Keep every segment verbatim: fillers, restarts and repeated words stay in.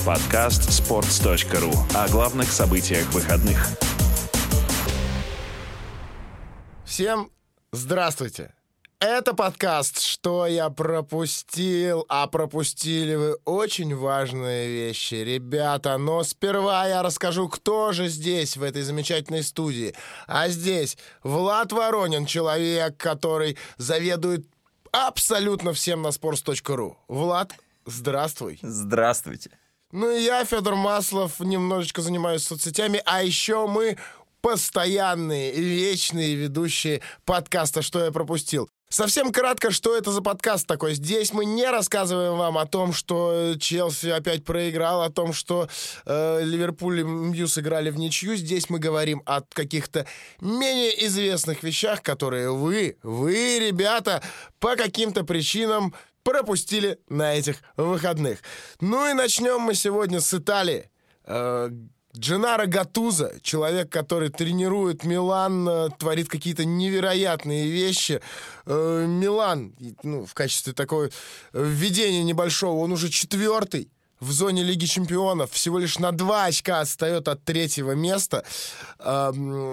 Подкаст спортс точка ру о главных событиях выходных. Всем здравствуйте! Это подкаст «Что я пропустил?», а пропустили вы очень важные вещи, ребята. Но сперва я расскажу, кто же здесь, в этой замечательной студии. А здесь Влад Воронин, человек, который заведует абсолютно всем на спортс точка ру. Влад, здравствуй. Здравствуйте. Ну и я, Федор Маслов, немножечко занимаюсь соцсетями, а еще мы постоянные, вечные ведущие подкаста «Что я пропустил?». Совсем кратко, что это за подкаст такой? Здесь мы не рассказываем вам о том, что Челси опять проиграл, о том, что э, Ливерпуль и Мью сыграли в ничью. Здесь мы говорим о каких-то менее известных вещах, которые вы, вы, ребята, по каким-то причинам пропустили на этих выходных. Ну и начнем мы сегодня с Италии. Э, Дженнаро Гаттузо, человек, который тренирует Милан, э, творит какие-то невероятные вещи. Э, Милан, ну, в качестве такого введения небольшого, он уже четвертый в зоне Лиги Чемпионов, всего лишь на два очка отстает от третьего места. Э,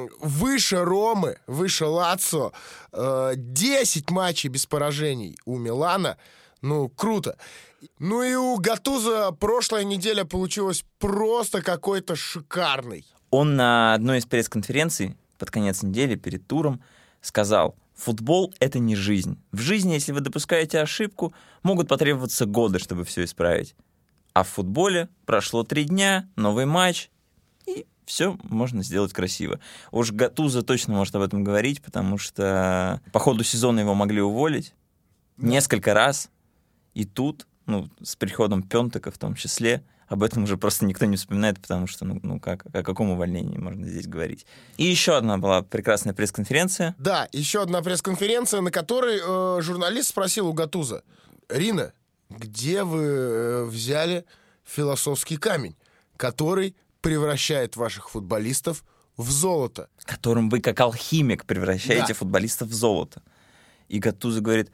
выше Ромы, выше Лацио. Э, десять матчей без поражений у Милана. Ну, круто. Ну и у Гаттузо прошлая неделя получилась просто какой-то шикарной. Он на одной из пресс-конференций под конец недели перед туром сказал: футбол — это не жизнь. В жизни, если вы допускаете ошибку, могут потребоваться годы, чтобы все исправить. А в футболе прошло три дня, новый матч, и все можно сделать красиво. Уж Гаттузо точно может об этом говорить, потому что по ходу сезона его могли уволить да. несколько раз, и тут, ну, с приходом Пёнтека в том числе, об этом уже просто никто не вспоминает, потому что, ну, ну как, о каком увольнении можно здесь говорить. И еще одна была прекрасная пресс-конференция. Да, еще одна пресс-конференция, на которой э, журналист спросил у Гаттузо: Рина, где вы э, взяли философский камень, который превращает ваших футболистов в золото? Которым вы, как алхимик, превращаете да. футболистов в золото. И Гаттузо говорит: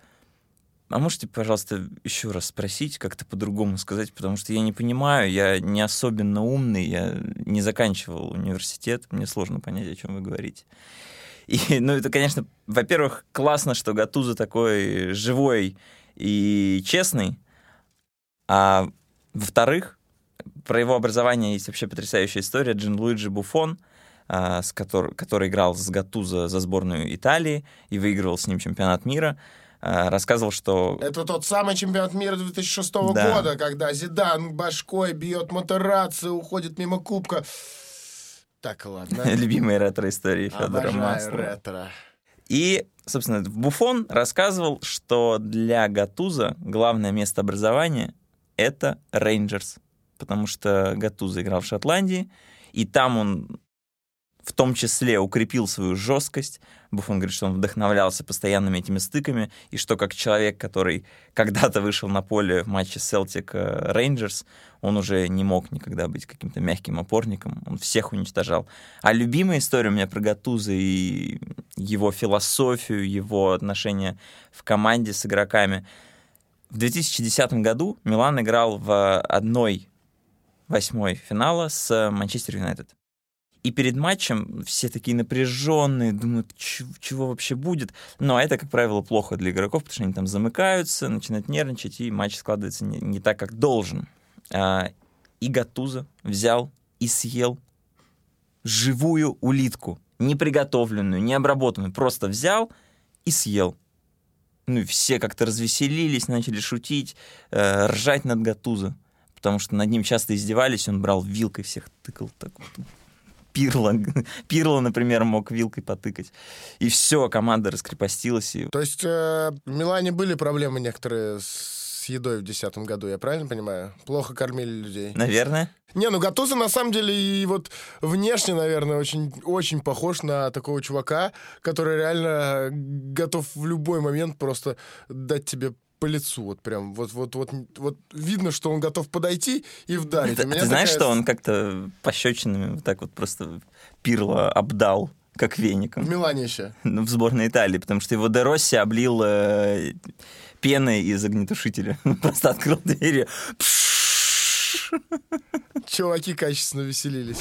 а можете, пожалуйста, еще раз спросить, как-то по-другому сказать, потому что я не понимаю, я не особенно умный, я не заканчивал университет, мне сложно понять, о чем вы говорите. И, ну, это, конечно, во-первых, классно, что Гаттузо такой живой и честный, а во-вторых, про его образование есть вообще потрясающая история. Джанлуиджи Буффон, с который, который играл с Гаттузо за сборную Италии и выигрывал с ним чемпионат мира, рассказывал, что... Это тот самый чемпионат мира две тысячи шестого да. года, когда Зидан башкой бьет Матерацци, уходит мимо кубка. Так, ладно. Любимые ретро-истории Федора Маслова. ретро. И, собственно, Буффон рассказывал, что для Гаттузо главное место образования — это Рейнджерс, потому что Гаттузо играл в Шотландии, и там он в том числе укрепил свою жесткость. Буффон говорит, что он вдохновлялся постоянными этими стыками, и что как человек, который когда-то вышел на поле в матче Селтик Рейнджерс, он уже не мог никогда быть каким-то мягким опорником, он всех уничтожал. А любимая история у меня про Гаттузо и его философию, его отношения в команде с игроками. В две тысячи десятом году Милан играл в одной восьмой финала с Манчестер Юнайтед. И перед матчем все такие напряженные, думают, чего, чего вообще будет. Но это, как правило, плохо для игроков, потому что они там замыкаются, начинают нервничать, и матч складывается не, не так, как должен. А, и Гаттузо взял и съел живую улитку, не приготовленную, не обработанную. Просто взял и съел. Ну и все как-то развеселились, начали шутить, э, ржать над Гаттузо, потому что над ним часто издевались, он брал вилкой всех, тыкал так вот. Пирло, Пирло, например, мог вилкой потыкать. И все, команда раскрепостилась. И... То есть э, в Милане были проблемы некоторые с едой в две тысячи десятом году, я правильно понимаю? Плохо кормили людей? Наверное. Не, ну Гаттузо на самом деле и вот внешне, наверное, очень, очень похож на такого чувака, который реально готов в любой момент просто дать тебе по лицу, вот прям, вот, вот, вот, вот видно, что он готов подойти и вдарить. Ты, ты знаешь, такая... что он как-то пощечинами вот так вот просто Пирло обдал, как веником. В Милане еще? Ну, в сборной Италии, потому что его Де Росси облил э, пеной из огнетушителя. Просто открыл дверь. Хорош. Чуваки качественно веселились.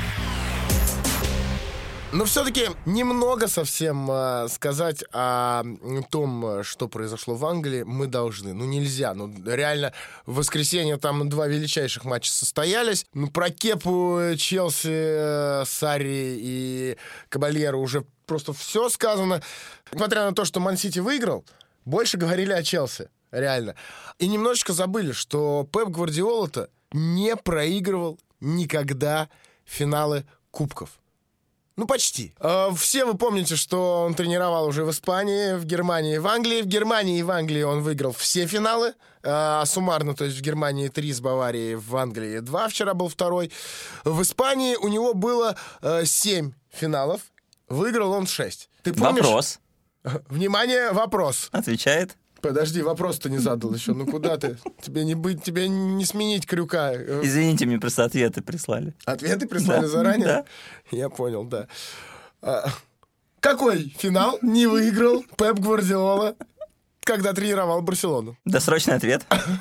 Но все-таки немного совсем э, сказать о том, что произошло в Англии, мы должны. Ну, нельзя. Ну, реально, в воскресенье там два величайших матча состоялись. Ну, про Кепу, Челси, э, Сарри и Кабальеро уже просто все сказано. Несмотря на то, что Ман-Сити выиграл, больше говорили о Челси. Реально. И немножечко забыли, что Пеп Гвардиола-то не проигрывал никогда финалы кубков. Ну, почти. Все вы помните, что он тренировал уже в Испании, в Германии и в Англии. В Германии и в Англии он выиграл все финалы. А суммарно, то есть в Германии три с Баварией, в Англии два, вчера был второй. В Испании у него было семь финалов. Выиграл он шесть. Ты помнишь? Вопрос. Внимание, вопрос. Отвечает. Подожди, вопрос-то не задал еще. Ну куда ты? Тебе не быть, тебе не сменить крюка. Извините, мне просто ответы прислали. Ответы прислали Да, заранее? да. Я понял, да. А, какой финал не выиграл Пеп Гвардиола, когда тренировал Барселону? Досрочный ответ.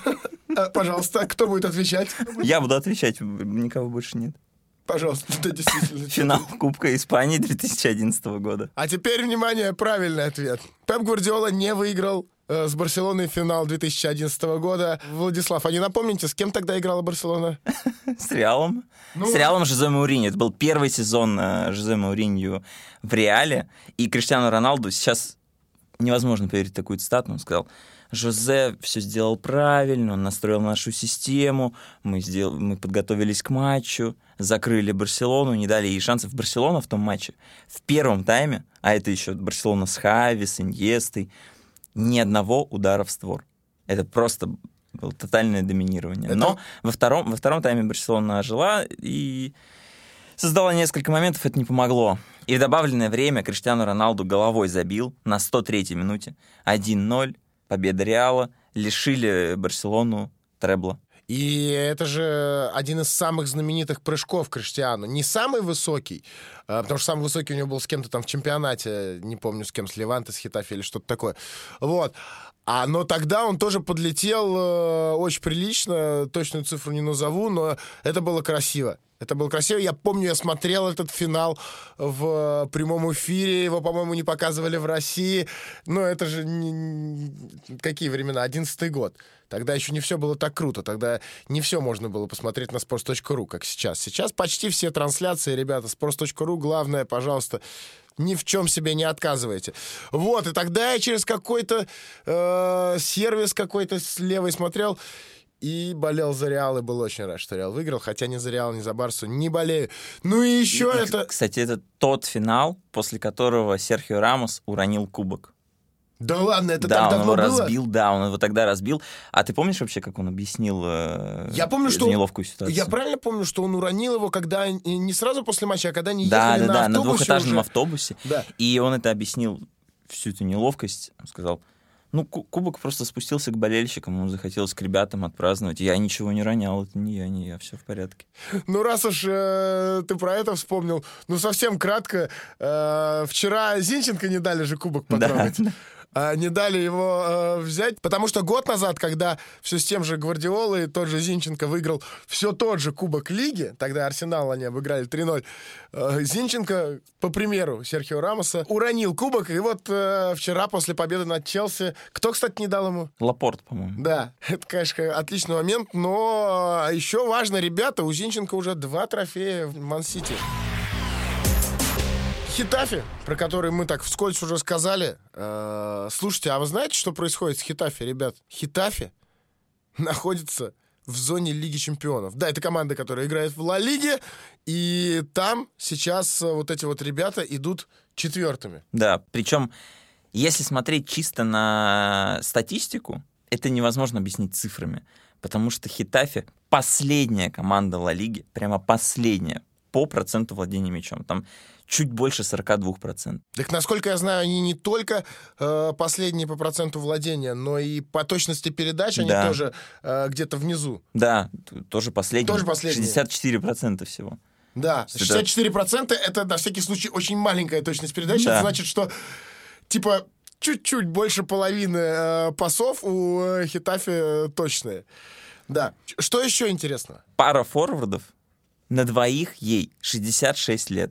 А, пожалуйста, кто будет отвечать? Я буду отвечать, никого больше нет. Пожалуйста, да, действительно. Финал Кубка Испании две тысячи одиннадцатого года. А теперь, внимание, правильный ответ. Пеп Гвардиола не выиграл э, с Барселоной финал две тысячи одиннадцатого года. Владислав, а не напомните, с кем тогда играла Барселона? С Реалом. Ну... С Реалом Жозе Мауриньо. Это был первый сезон э, Жозе Мауриньо в Реале. И Криштиану Роналду сейчас невозможно поверить в такую цитату. Он сказал: Жозе все сделал правильно, он настроил нашу систему, мы, сдел... мы подготовились к матчу, закрыли Барселону, не дали ей шансов. Барселона в том матче в первом тайме, а это еще Барселона с Хави, с Иньестой, ни одного удара в створ. Это просто было тотальное доминирование. Это... Но во втором, во втором тайме Барселона ожила и создала несколько моментов, это не помогло. И в добавленное время Криштиану Роналду головой забил на сто третьей минуте. один ноль. Победа Реала, лишили Барселону требла. И это же один из самых знаменитых прыжков Криштиану. Не самый высокий, потому что самый высокий у него был с кем-то там в чемпионате, не помню с кем, с Леванте, с Хетафе или что-то такое. Вот. А, но тогда он тоже подлетел э, очень прилично, точную цифру не назову, но это было красиво. Это было красиво. Я помню, я смотрел этот финал в прямом эфире. Его, по-моему, не показывали в России. Но это же не... какие времена? одиннадцатый год. Тогда еще не все было так круто. Тогда не все можно было посмотреть на sports точка ru, как сейчас. Сейчас почти все трансляции, ребята, sports точка ru. Главное, пожалуйста, ни в чем себе не отказывайте. Вот, и тогда я через какой-то э, сервис какой-то левый смотрел и болел за Реал, и был очень рад, что Реал выиграл, хотя ни за Реал, ни за Барсу не болею. Ну и еще и, это... Кстати, это тот финал, после которого Серхио Рамос уронил кубок. Да ладно, это да, так он давно его было? разбил, да, он его тогда разбил. А ты помнишь вообще, как он объяснил э, я помню, эту что неловкую ситуацию? Я правильно помню, что он уронил его, когда не сразу после матча, а когда они да, ехали да, на да, автобусе на двухэтажном уже. автобусе. Да. И он это объяснил, всю эту неловкость. Он сказал: ну, кубок просто спустился к болельщикам, ему захотелось к ребятам отпраздновать. Я ничего не ронял, это не я, не я, все в порядке. Ну, раз уж э, ты про это вспомнил, ну, совсем кратко. Э, вчера Зинченко не дали же кубок потрогать. Да. Не дали его э, взять, потому что год назад, когда все с тем же Гвардиолой, тот же Зинченко выиграл все тот же Кубок Лиги, тогда Арсенал они обыграли три ноль, э, Зинченко, по примеру Серхио Рамоса, уронил кубок, и вот э, вчера после победы над Челси, кто, кстати, не дал ему? Лапорт, по-моему. Да, это, конечно, отличный момент, но еще важно, ребята, у Зинченко уже два трофея в Ман-Сити. Хетафе, про который мы так вскользь уже сказали. Э, слушайте, а вы знаете, что происходит с Хетафе, ребят? Хетафе находится в зоне Лиги Чемпионов. Да, это команда, которая играет в Ла Лиге, и там сейчас вот эти вот ребята идут четвертыми. Да, причем, если смотреть чисто на статистику, это невозможно объяснить цифрами, потому что Хетафе последняя команда Ла Лиги, прямо последняя по проценту владения мячом. Там чуть больше сорок два процента. Так, насколько я знаю, они не только э, последние по проценту владения, но и по точности передач они да. тоже э, где-то внизу. Да, тоже последние. Тоже последние. шестьдесят четыре процента всего. Да, шестьдесят четыре процента это, на всякий случай, очень маленькая точность передачи. Да. Это значит, что, типа, чуть-чуть больше половины э, пасов у э, Хетафе точные. Да. Что еще интересно? Пара форвардов, на двоих ей шестьдесят шесть лет.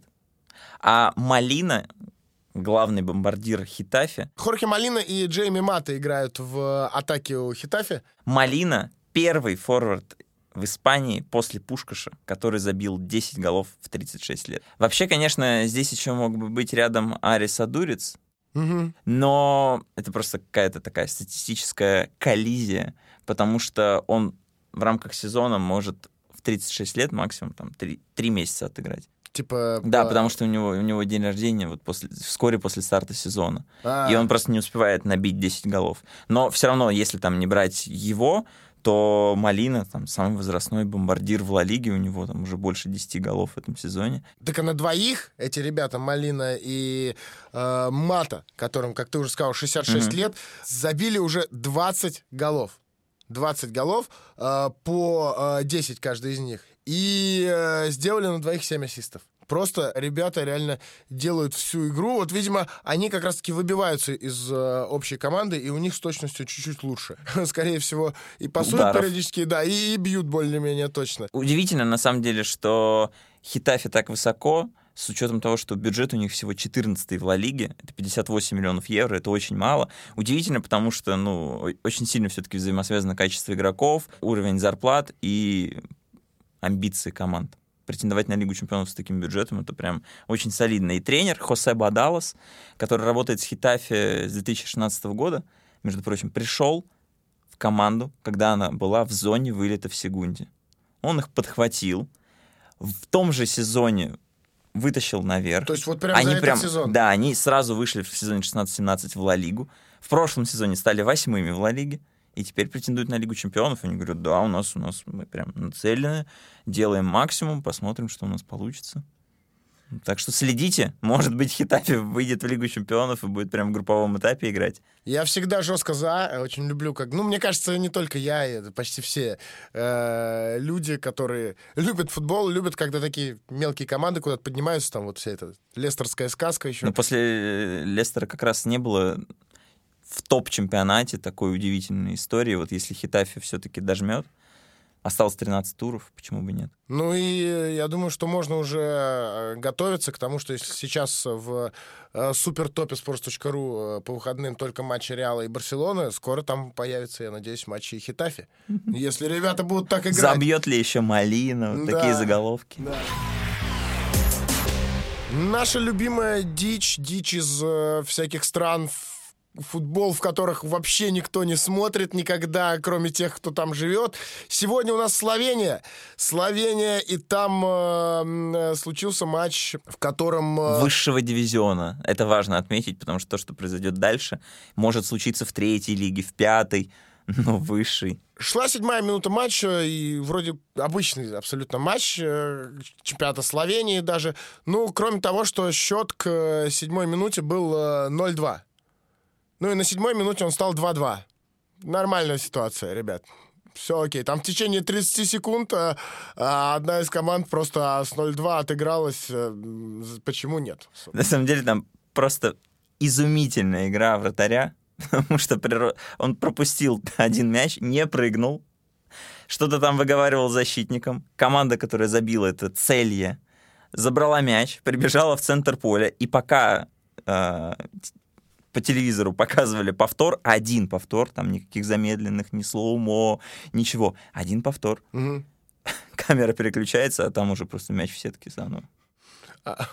А Молина, главный бомбардир Хетафе... Хорхе Молина и Джейми Мата играют в атаке у Хетафе. Молина — первый форвард в Испании после Пушкаша, который забил десять голов в тридцать шесть лет. Вообще, конечно, здесь еще мог бы быть рядом Арис Адурец, Угу. но это просто какая-то такая статистическая коллизия, потому что он в рамках сезона может в тридцать шесть лет максимум там три, три месяца отыграть. Типа... Да, по... потому что у него, у него день рождения вот после, вскоре после старта сезона. А. И он просто не успевает набить десять голов. Но все равно, если там не брать его, то Молина, там, самый возрастной бомбардир в Ла Лиге, у него там уже больше десяти голов в этом сезоне. Так а на двоих эти ребята, Молина и э, Мата, которым, как ты уже сказал, шестьдесят шесть Мгм. лет, забили уже двадцать голов. двадцать голов, э, по э, десять каждый из них. И э, сделали на двоих семь ассистов. Просто ребята реально делают всю игру. Вот, видимо, они как раз-таки выбиваются из э, общей команды, и у них с точностью чуть-чуть лучше. Скорее всего, и пасуют Ударов. периодически, да, и, и бьют более-менее точно. Удивительно, на самом деле, что Хетафе так высоко, с учетом того, что бюджет у них всего четырнадцатый в Ла Лиге, это пятьдесят восемь миллионов евро, это очень мало. Удивительно, потому что, ну, очень сильно все-таки взаимосвязано качество игроков, уровень зарплат и амбиции команд. Претендовать на Лигу чемпионов с таким бюджетом — это прям очень солидно. И тренер Хосе Бадалос, который работает с Хетафе с две тысячи шестнадцатого года, между прочим, пришел в команду, когда она была в зоне вылета в Сегунде. Он их подхватил, в том же сезоне вытащил наверх. То есть вот прям за Они этот прям, сезон. да, они сразу вышли в сезоне шестнадцать-семнадцать в Ла Лигу. В прошлом сезоне стали восьмыми в Ла Лиге. И теперь претендуют на Лигу чемпионов. Они говорят, да, у нас, у нас мы прям нацелены, делаем максимум, посмотрим, что у нас получится. Так что следите. Может быть, Хетафе выйдет в Лигу чемпионов и будет прям в групповом этапе играть. Я всегда жестко за, очень люблю, как, ну, мне кажется, не только я, это почти все э, люди, которые любят футбол, любят, когда такие мелкие команды куда-то поднимаются, там вот вся эта лестерская сказка еще. Но после Лестера как раз не было в топ-чемпионате такой удивительной истории. Вот если Хетафе все-таки дожмет, осталось тринадцать туров, почему бы нет? Ну и я думаю, что можно уже готовиться к тому, что если сейчас в э, супертопе спортс точка ру по выходным только матчи Реала и Барселоны, скоро там появятся, я надеюсь, матчи и Хетафе. Если ребята будут так играть. Забьет ли еще Молина? Вот Да. такие заголовки. Да. Наша любимая дичь, дичь из э, всяких стран, ф- футбол, в которых вообще никто не смотрит никогда, кроме тех, кто там живет. Сегодня у нас Словения. Словения, и там э, э, случился матч, в котором... э, Высшего дивизиона. Это важно отметить, потому что то, что произойдет дальше, может случиться в третьей лиге, в пятой, но высшей. Шла седьмая минута матча, и вроде обычный абсолютно матч э, чемпионата Словении даже. Ну, кроме того, что счет к э, седьмой минуте был э, ноль-два. Ну и на седьмой минуте он стал два-два. Нормальная ситуация, ребят. Все окей. Там в течение тридцати секунд а, а, одна из команд просто с ноль-два отыгралась. А, почему нет? На самом деле там просто изумительная игра вратаря, потому что приро- он пропустил один мяч, не прыгнул, что-то там выговаривал защитникам. Команда, которая забила, это Целье, забрала мяч, прибежала в центр поля, и пока э, по телевизору показывали повтор, один повтор, там никаких замедленных, ни слоумо, ничего, один повтор. Угу. Камера переключается, а там уже просто мяч в сетке заново. А,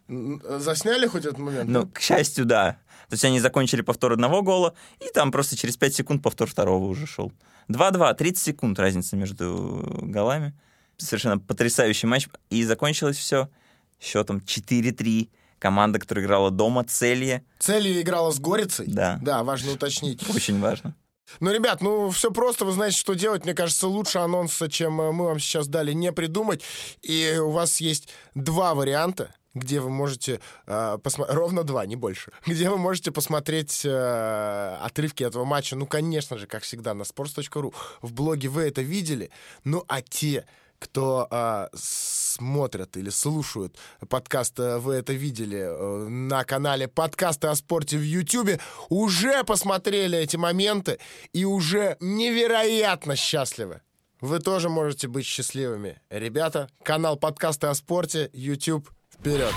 засняли хоть этот момент? Ну, к счастью, да. То есть они закончили повтор одного гола, и там просто через пять секунд повтор второго уже шел. два-два, тридцать секунд разница между голами. Совершенно потрясающий матч. И закончилось все счетом четыре-три. Команда, которая играла дома, Целье. Целье играла с Горицей? Да. Да, важно уточнить. Очень важно. Ну, ребят, ну, все просто, вы знаете, что делать. Мне кажется, лучше анонса, чем мы вам сейчас дали, не придумать. И у вас есть два варианта, где вы можете э, посмотреть, ровно два, не больше, где вы можете посмотреть э, отрывки этого матча. Ну, конечно же, как всегда, на спортс точка ру. В блоге вы это видели. Ну, а те, кто э, смотрят или слушают подкаст «Вы это видели» э, на канале «Подкасты о спорте» в Ютубе, уже посмотрели эти моменты и уже невероятно счастливы. вы тоже можете быть счастливыми. Ребята, канал подкасты о спорте, YouTube, вперед.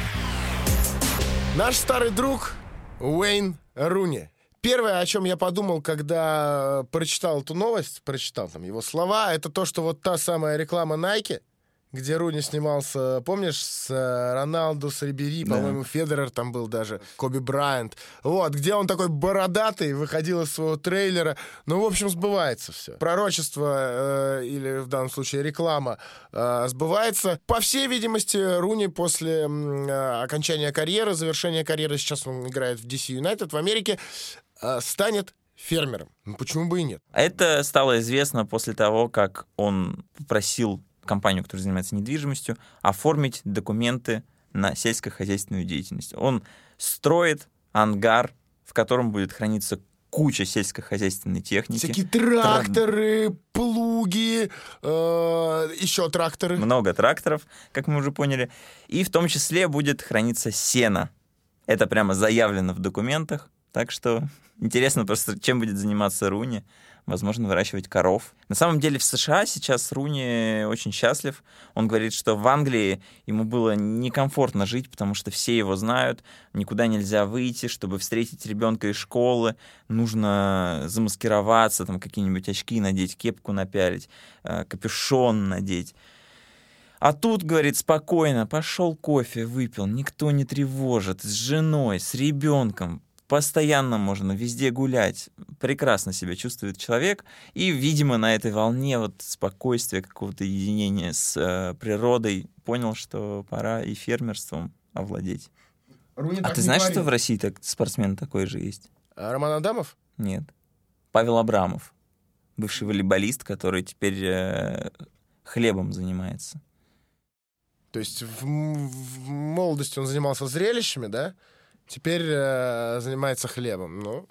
Наш старый друг Уэйн Руни. Первое, о чем я подумал, когда прочитал эту новость, прочитал там его слова, это то, что вот та самая реклама Nike, где Руни снимался, помнишь, с Роналду, с Рибери, да. По-моему, Федерер там был даже, Коби Брайант. Вот, где он такой бородатый, выходил из своего трейлера. Ну, в общем, сбывается все. Пророчество, э, или в данном случае реклама, э, сбывается. По всей видимости, Руни после э, окончания карьеры, завершения карьеры, сейчас он играет в ди си United в Америке, э, станет фермером. Ну, почему бы и нет? Это стало известно после того, как он попросил компанию, которая занимается недвижимостью, оформить документы на сельскохозяйственную деятельность. Он строит ангар, в котором будет храниться куча сельскохозяйственной техники. Всякие тракторы, Тр... плуги, э, еще тракторы. Много тракторов, как мы уже поняли. И в том числе будет храниться сено. Это прямо заявлено в документах. Так что интересно просто, чем будет заниматься Руни. Возможно, выращивать коров. На самом деле в США сейчас Руни очень счастлив. Он говорит, что в Англии ему было некомфортно жить, потому что все его знают, никуда нельзя выйти, чтобы встретить ребенка из школы, нужно замаскироваться, там какие-нибудь очки надеть, кепку напялить, капюшон надеть. А тут, говорит, спокойно, пошел кофе, выпил, никто не тревожит, с женой, с ребенком. Постоянно можно везде гулять. Прекрасно себя чувствует человек. И, видимо, на этой волне вот спокойствия, какого-то единения с э, природой понял, что пора и фермерством овладеть. Руни а ты знаешь, говорит. Что в России так, спортсмен такой же есть? А Роман Адамов? Нет. Павел Абрамов. Бывший волейболист, который теперь э, хлебом занимается. То есть в, в молодости он занимался зрелищами, да? Теперь э, занимается хлебом. Ну,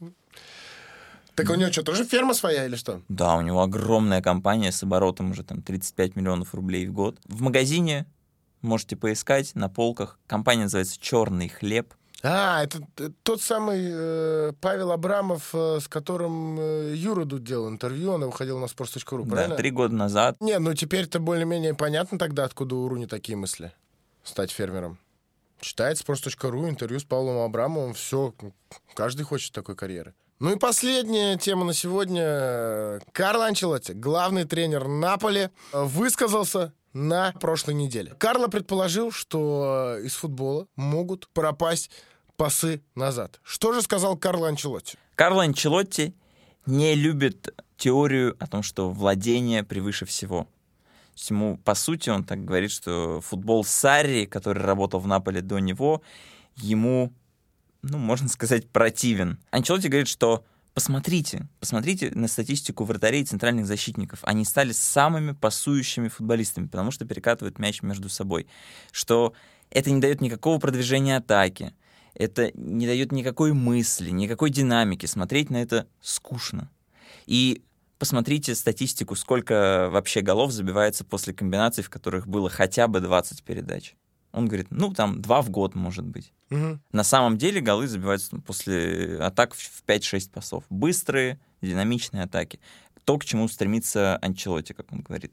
так у него что, тоже ферма своя или что? Да, у него огромная компания с оборотом уже там тридцать пять миллионов рублей в год. В магазине можете поискать на полках. Компания называется «Черный хлеб». А, это тот самый э, Павел Абрамов, э, с которым э, Юра Дудь делал интервью, он выходил на sports точка ру, правильно? Да, три года назад. Не, ну теперь-то более-менее понятно тогда, откуда у Руни такие мысли стать фермером. Читает sports точка ру, интервью с Павлом Абрамовым, все, каждый хочет такой карьеры. Ну и последняя тема на сегодня. Карло Анчелотти, главный тренер Наполи, высказался на прошлой неделе. Карло предположил, что из футбола могут пропасть пасы назад. Что же сказал Карло Анчелотти? Карло Анчелотти не любит теорию о том, что владение превыше всего. Ему, по сути, он так говорит, что футбол Сарри, который работал в Наполе до него, ему, ну, можно сказать, противен. Анчелотти говорит, что посмотрите, посмотрите на статистику вратарей и центральных защитников. Они стали самыми пасующими футболистами, потому что перекатывают мяч между собой. Что это не дает никакого продвижения атаки, это не дает никакой мысли, никакой динамики. Смотреть на это скучно. И посмотрите статистику, сколько вообще голов забивается после комбинаций, в которых было хотя бы двадцать передач. Он говорит, ну, там, два в год, может быть. Угу. На самом деле голы забиваются после атак в пять-шесть пасов. Быстрые, динамичные атаки. То, к чему стремится Анчелотти, как он говорит.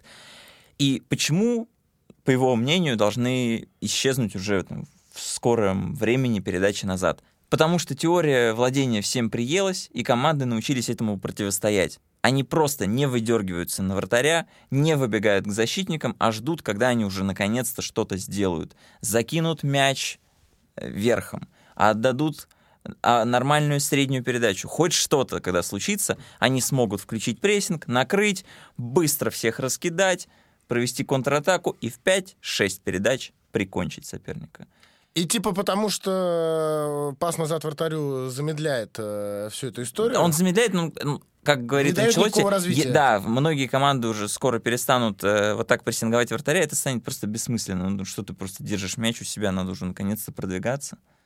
И почему, по его мнению, должны исчезнуть уже там, в скором времени передачи назад? Потому что теория владения всем приелась, и команды научились этому противостоять. Они просто не выдергиваются на вратаря, не выбегают к защитникам, а ждут, когда они уже наконец-то что-то сделают. Закинут мяч верхом, отдадут нормальную среднюю передачу. Хоть что-то, когда случится, они смогут включить прессинг, накрыть, быстро всех раскидать, провести контратаку и в пять-шесть передач прикончить соперника. И типа потому, что пас назад вратарю замедляет э, всю эту историю? Он замедляет, ну, как говорит Анчелотти, да, многие команды уже скоро перестанут э, вот так прессинговать вратаря, это станет просто бессмысленно. Ну, что ты просто держишь мяч у себя, надо уже наконец-то продвигаться.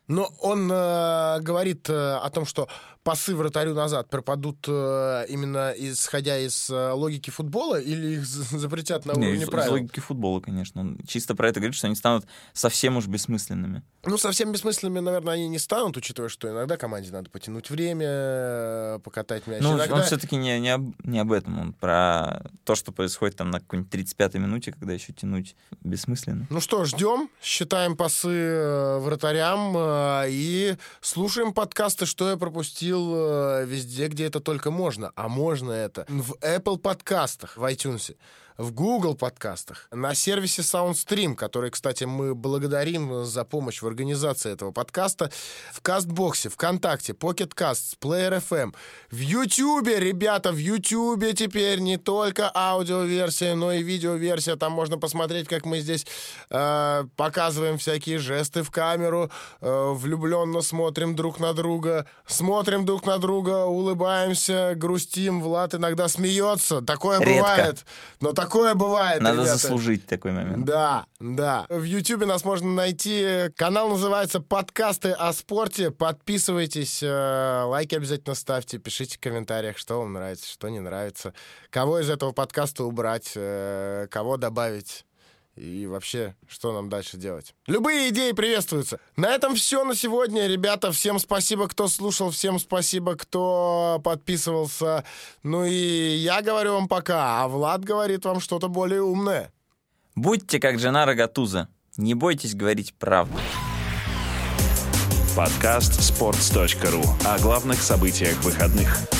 Но он э, говорит э, о том, что пасы вратарю назад пропадут э, именно исходя из э, логики футбола, или их запретят на Не, уровне из, правил? из логики футбола, конечно. Он чисто про это говорит, что они станут совсем уж бессмысленными. Ну, совсем бессмысленными, наверное, они не станут, учитывая, что иногда команде надо потянуть время, покатать мяч. Ну, иногда... он все-таки не, не, об, не об этом, он про то, что происходит там на какой-нибудь тридцать пятой минуте, когда еще тянуть бессмысленно. Ну что, ждем, считаем пасы вратарям э, и слушаем подкасты «Что я пропустил» э, везде, где это только можно. А можно это в Apple подкастах, в iTunes, в Google подкастах, на сервисе SoundStream, который, кстати, мы благодарим за помощь в организации этого подкаста, в Кастбоксе, ВКонтакте, Pocket Casts, Player эф эм, в Ютубе, ребята, в Ютубе теперь не только аудиоверсия, но и видеоверсия. Там можно посмотреть, как мы здесь э, показываем всякие жесты в камеру, э, влюбленно смотрим друг на друга, смотрим друг на друга, улыбаемся, грустим. Влад иногда смеется. Такое Редко. бывает. Но такое бывает, Надо ребята. заслужить такой момент. Да, да. В Ютубе нас можно найти. Канал называется «Подкасты о спорте». Подписывайтесь, э, лайки обязательно ставьте, пишите в комментариях, что вам нравится, что не нравится. Кого из этого подкаста убрать, э, кого добавить. И вообще, что нам дальше делать? Любые идеи приветствуются. На этом все на сегодня, ребята. Всем спасибо, кто слушал. Всем спасибо, кто подписывался. Ну и я говорю вам пока, а Влад говорит вам что-то более умное. Будьте как Дженнаро Гаттузо. Не бойтесь говорить правду. Подкаст спортс точка ру о главных событиях выходных.